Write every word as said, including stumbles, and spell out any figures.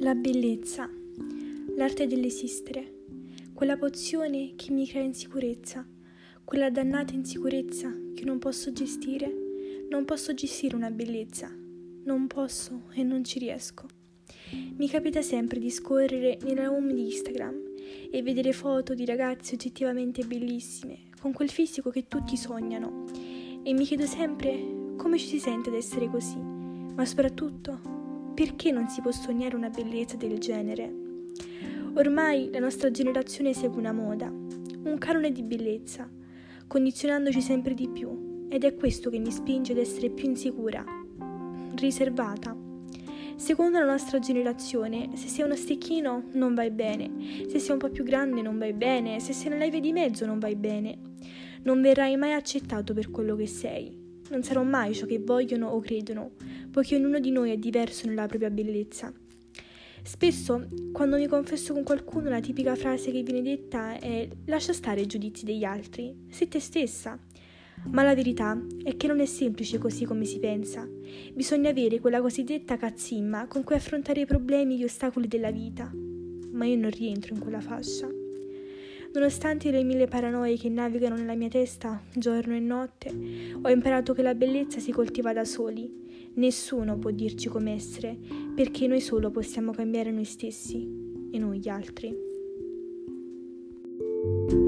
La bellezza, l'arte dell'esistere, quella pozione che mi crea insicurezza, quella dannata insicurezza che non posso gestire. Non posso gestire una bellezza, non posso e non ci riesco. Mi capita sempre di scorrere nella home di Instagram e vedere foto di ragazze oggettivamente bellissime, con quel fisico che tutti sognano, e mi chiedo sempre come ci si sente ad essere così, ma soprattutto perché non si può sognare una bellezza del genere. Ormai la nostra generazione segue una moda, un canone di bellezza, condizionandoci sempre di più, ed è questo che mi spinge ad essere più insicura, riservata. Secondo la nostra generazione, se sei uno stecchino non vai bene, se sei un po' più grande non vai bene, se sei nella via di mezzo non vai bene. Non verrai mai accettato per quello che sei. Non sarò mai ciò che vogliono o credono, poiché ognuno di noi è diverso nella propria bellezza. Spesso, quando mi confesso con qualcuno, la tipica frase che viene detta è: lascia stare i giudizi degli altri, sii te stessa. Ma la verità è che non è semplice così come si pensa. Bisogna avere quella cosiddetta cazzimma con cui affrontare i problemi e gli ostacoli della vita. Ma io non rientro in quella fascia. Nonostante le mille paranoie che navigano nella mia testa giorno e notte, ho imparato che la bellezza si coltiva da soli. Nessuno può dirci come essere, perché noi solo possiamo cambiare noi stessi e non gli altri.